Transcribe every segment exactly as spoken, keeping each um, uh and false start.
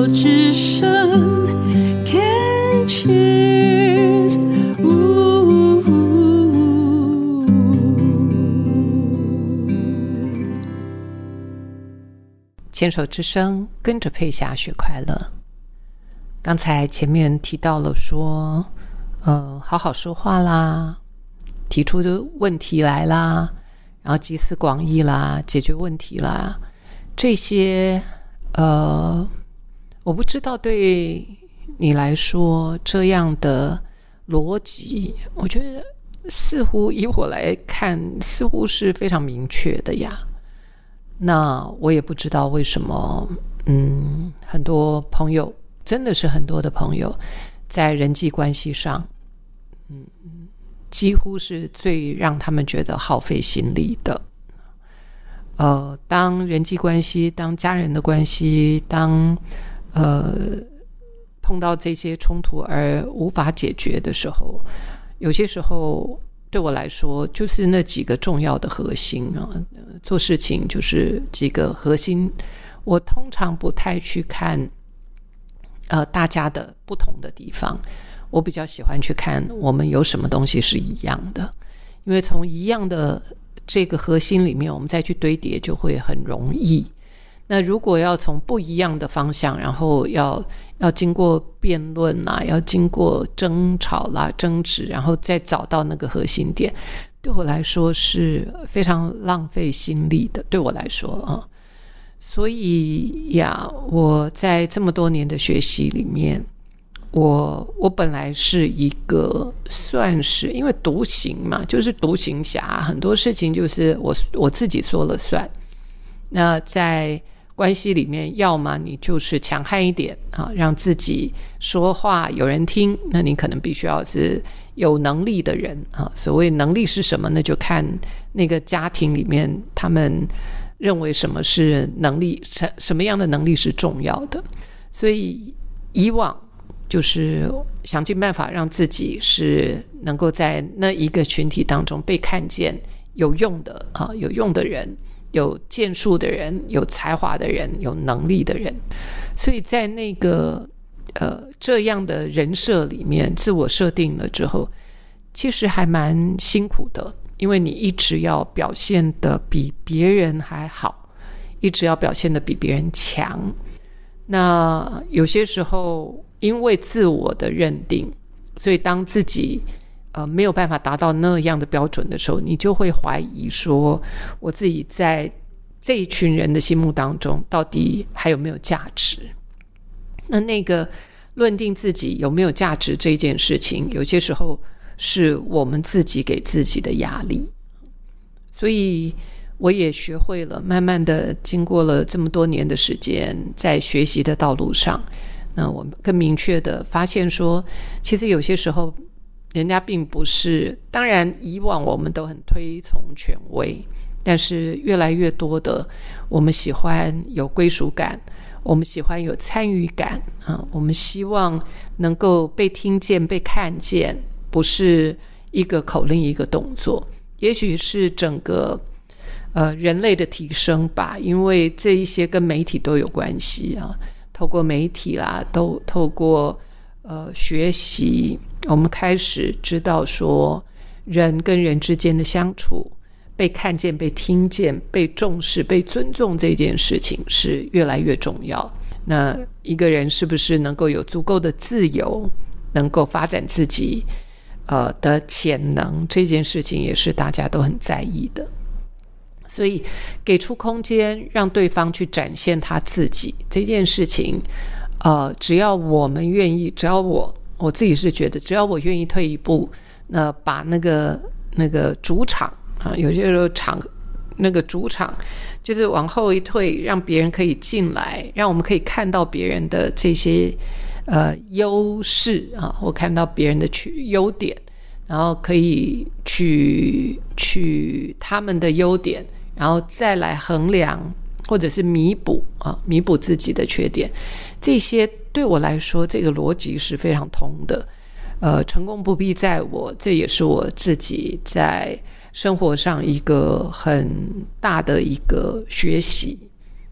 之声 Can Cheers。 牵手之声，跟着佩霞学快乐。刚才前面提到了说呃，好好说话啦，提出的问题来啦，然后集思广益啦，解决问题啦，这些呃，我不知道对你来说这样的逻辑，我觉得似乎以我来看似乎是非常明确的呀。那我也不知道为什么嗯，很多朋友，真的是很多的朋友在人际关系上嗯，几乎是最让他们觉得耗费心力的。呃，当人际关系，当家人的关系，当呃碰到这些冲突而无法解决的时候，有些时候对我来说就是那几个重要的核心啊，做事情就是几个核心。我通常不太去看呃大家的不同的地方，我比较喜欢去看我们有什么东西是一样的，因为从一样的这个核心里面我们再去堆叠就会很容易。那如果要从不一样的方向，然后要要经过辩论啦，要经过争吵啦、争执，然后再找到那个核心点，对我来说是非常浪费心力的，对我来说啊。所以呀，我在这么多年的学习里面，我我本来是一个算是因为独行嘛，就是独行侠，很多事情就是我我自己说了算。那在关系里面，要么你就是强悍一点啊，让自己说话有人听，那你可能必须要是有能力的人啊。所谓能力是什么呢？就看那个家庭里面他们认为什么是能力，什么样的能力是重要的。所以以往就是想尽办法让自己是能够在那一个群体当中被看见，有用的啊，有用的人，有建树的人，有才华的人，有能力的人。所以在那个呃这样的人设里面自我设定了之后，其实还蛮辛苦的，因为你一直要表现得比别人还好，一直要表现得比别人强。那有些时候因为自我的认定，所以当自己呃没有办法达到那样的标准的时候，你就会怀疑说我自己在这一群人的心目当中到底还有没有价值。那那个论定自己有没有价值这件事情，有些时候是我们自己给自己的压力。所以我也学会了，慢慢的经过了这么多年的时间，在学习的道路上，那我更明确的发现说，其实有些时候人家并不是，当然以往我们都很推崇权威，但是越来越多的我们喜欢有归属感，我们喜欢有参与感啊，我们希望能够被听见被看见，不是一个口令一个动作。也许是整个呃人类的提升吧，因为这一些跟媒体都有关系啊，透过媒体啦，都透过呃学习，我们开始知道说人跟人之间的相处，被看见被听见被重视被尊重这件事情是越来越重要。那一个人是不是能够有足够的自由，能够发展自己呃的潜能，这件事情也是大家都很在意的。所以给出空间让对方去展现他自己这件事情，呃，只要我们愿意，只要我我自己是觉得只要我愿意退一步，那把那个那个主场啊，有些时候场那个主场就是往后一退，让别人可以进来，让我们可以看到别人的这些呃优势啊，或看到别人的优点，然后可以去去他们的优点，然后再来衡量或者是弥补啊，弥补自己的缺点。这些对我来说，这个逻辑是非常通的。呃，成功不必在我，这也是我自己在生活上一个很大的一个学习。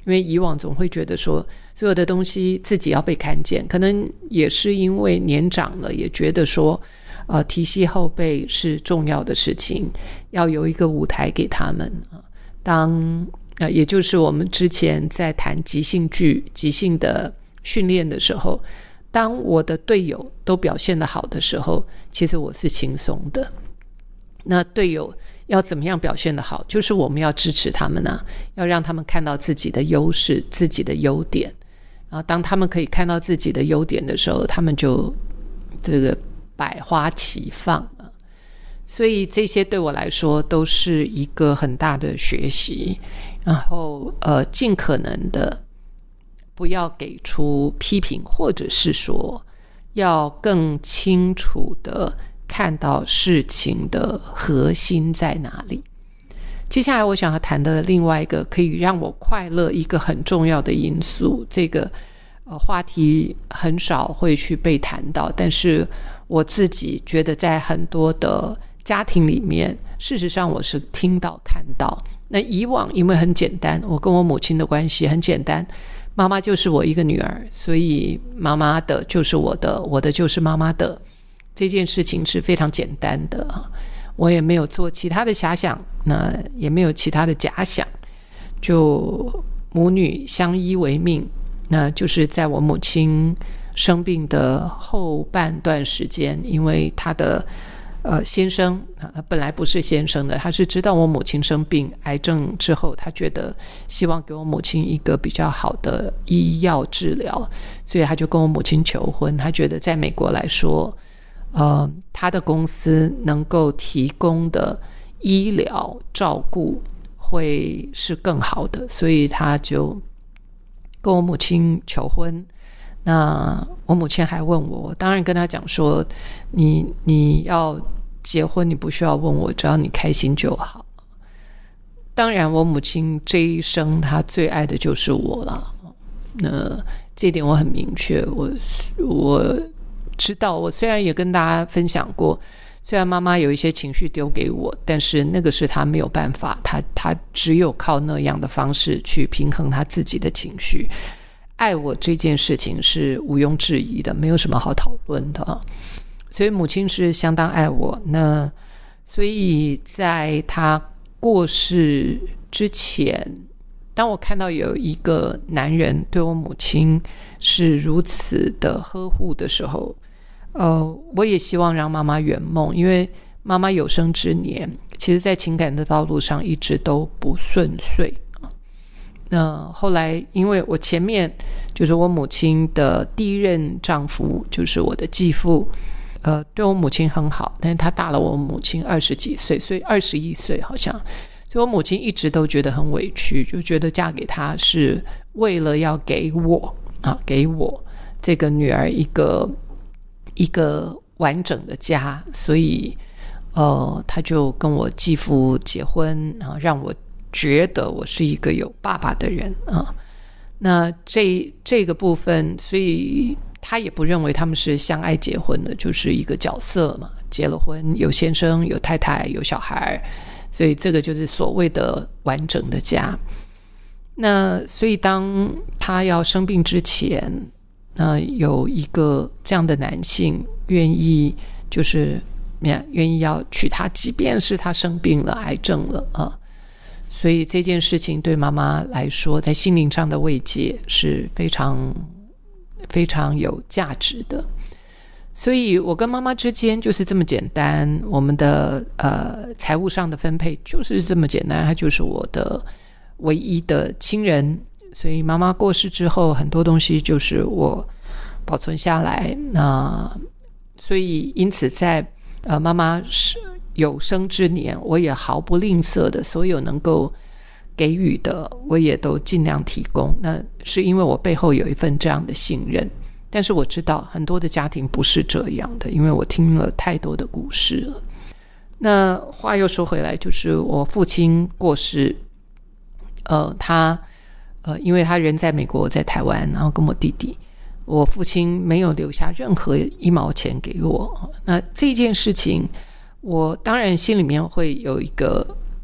因为以往总会觉得说所有的东西自己要被看见，可能也是因为年长了，也觉得说呃，提携后辈是重要的事情，要有一个舞台给他们。当呃，也就是我们之前在谈即兴剧、即兴的训练的时候，当我的队友都表现得好的时候，其实我是轻松的。那队友要怎么样表现得好，就是我们要支持他们啊，要让他们看到自己的优势、自己的优点。然后当他们可以看到自己的优点的时候，他们就这个百花齐放。所以这些对我来说都是一个很大的学习，然后呃，尽可能的不要给出批评，或者是说要更清楚的看到事情的核心在哪里。接下来我想要谈的另外一个可以让我快乐一个很重要的因素，这个呃话题很少会去被谈到，但是我自己觉得在很多的家庭里面，事实上我是听到看到。那以往因为很简单，我跟我母亲的关系很简单，妈妈就是我一个女儿，所以妈妈的就是我的，我的就是妈妈的，这件事情是非常简单的。我也没有做其他的遐想，那也没有其他的假想，就母女相依为命。那就是在我母亲生病的后半段时间，因为她的呃，先生他本来不是先生的，他是知道我母亲生病癌症之后，他觉得希望给我母亲一个比较好的医药治疗，所以他就跟我母亲求婚。他觉得在美国来说呃，他的公司能够提供的医疗照顾会是更好的，所以他就跟我母亲求婚。那我母亲还问我，我当然跟她讲说，你你要结婚你不需要问我，只要你开心就好。当然我母亲这一生她最爱的就是我了，那这一点我很明确。我我知道，我虽然也跟大家分享过，虽然妈妈有一些情绪丢给我，但是那个是她没有办法，她她只有靠那样的方式去平衡她自己的情绪。爱我这件事情是毋庸置疑的，没有什么好讨论的。所以母亲是相当爱我，那所以在她过世之前，当我看到有一个男人对我母亲是如此的呵护的时候，呃，我也希望让妈妈圆梦，因为妈妈有生之年其实在情感的道路上一直都不顺遂。那后来因为我前面就是我母亲的第一任丈夫就是我的继父，呃，对我母亲很好，但是他大了我母亲二十几岁，所以二十一岁好像，所以我母亲一直都觉得很委屈，就觉得嫁给他是为了要给我啊，给我这个女儿一个一个完整的家，所以呃，他就跟我继父结婚啊，让我觉得我是一个有爸爸的人啊。那这这个部分，所以他也不认为他们是相爱结婚的，就是一个角色嘛，结了婚有先生有太太有小孩，所以这个就是所谓的完整的家。那所以当他要生病之前，那有一个这样的男性愿意就是愿意要娶她，即便是他生病了癌症了啊。所以这件事情对妈妈来说，在心灵上的慰藉是非常非常有价值的。所以我跟妈妈之间就是这么简单，我们的呃财务上的分配就是这么简单，她就是我的唯一的亲人。所以妈妈过世之后，很多东西就是我保存下来。那所以因此在呃妈妈是有生之年，我也毫不吝啬的，所有能够给予的我也都尽量提供。那是因为我背后有一份这样的信任，但是我知道很多的家庭不是这样的，因为我听了太多的故事了。那话又说回来，就是我父亲过世，呃，他呃，因为他人在美国，我在台湾，然后跟我弟弟，我父亲没有留下任何一毛钱给我。那这件事情我当然心里面会有一个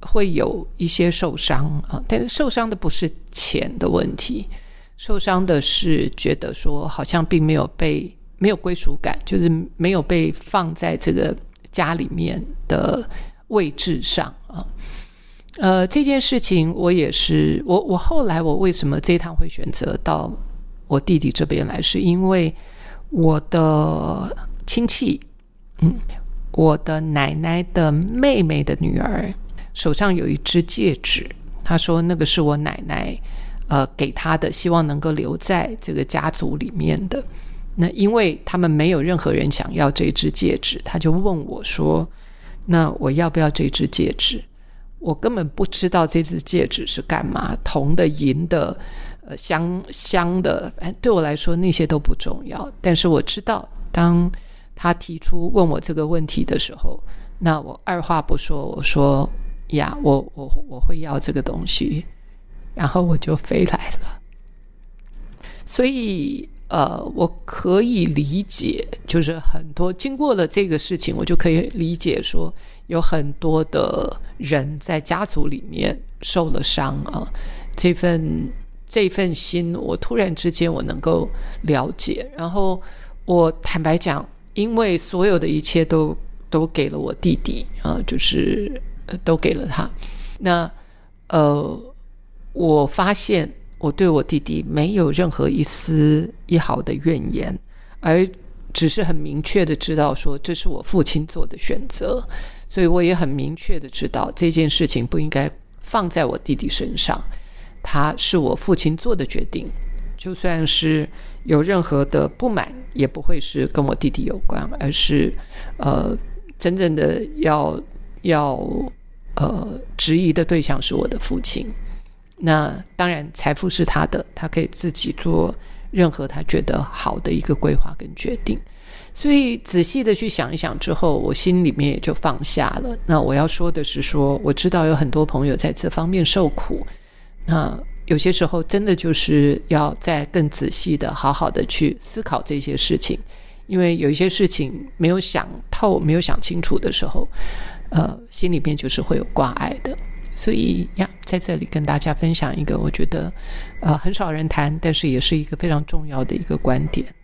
会有一些受伤啊，但是受伤的不是钱的问题，受伤的是觉得说好像并没有被没有归属感，就是没有被放在这个家里面的位置上啊。呃，这件事情我也是，我我后来我为什么这一趟会选择到我弟弟这边来，是因为我的亲戚，嗯，我的奶奶的妹妹的女儿手上有一只戒指，她说那个是我奶奶呃给她的，希望能够留在这个家族里面的。那因为他们没有任何人想要这只戒指，他就问我说那我要不要这只戒指。我根本不知道这只戒指是干嘛，铜的、银的、呃香香的，对我来说那些都不重要。但是我知道，当他提出问我这个问题的时候，那我二话不说，我说呀，我我我会要这个东西，然后我就飞来了。所以呃，我可以理解，就是很多经过了这个事情，我就可以理解说，有很多的人在家族里面受了伤啊。这份这份心，我突然之间我能够了解。然后我坦白讲，因为所有的一切都都给了我弟弟啊，就是、呃、都给了他。那呃，我发现我对我弟弟没有任何一丝一毫的怨言，而只是很明确的知道说这是我父亲做的选择，所以我也很明确的知道这件事情不应该放在我弟弟身上，他是我父亲做的决定，就算是有任何的不满也不会是跟我弟弟有关，而是呃真正的要要呃质疑的对象是我的父亲。那当然财富是他的，他可以自己做任何他觉得好的一个规划跟决定。所以仔细的去想一想之后，我心里面也就放下了。那我要说的是说，我知道有很多朋友在这方面受苦，那有些时候真的就是要再更仔细的好好的去思考这些事情，因为有一些事情没有想透没有想清楚的时候，呃，心里面就是会有挂碍的。所以呀，在这里跟大家分享一个我觉得呃很少人谈，但是也是一个非常重要的一个观点。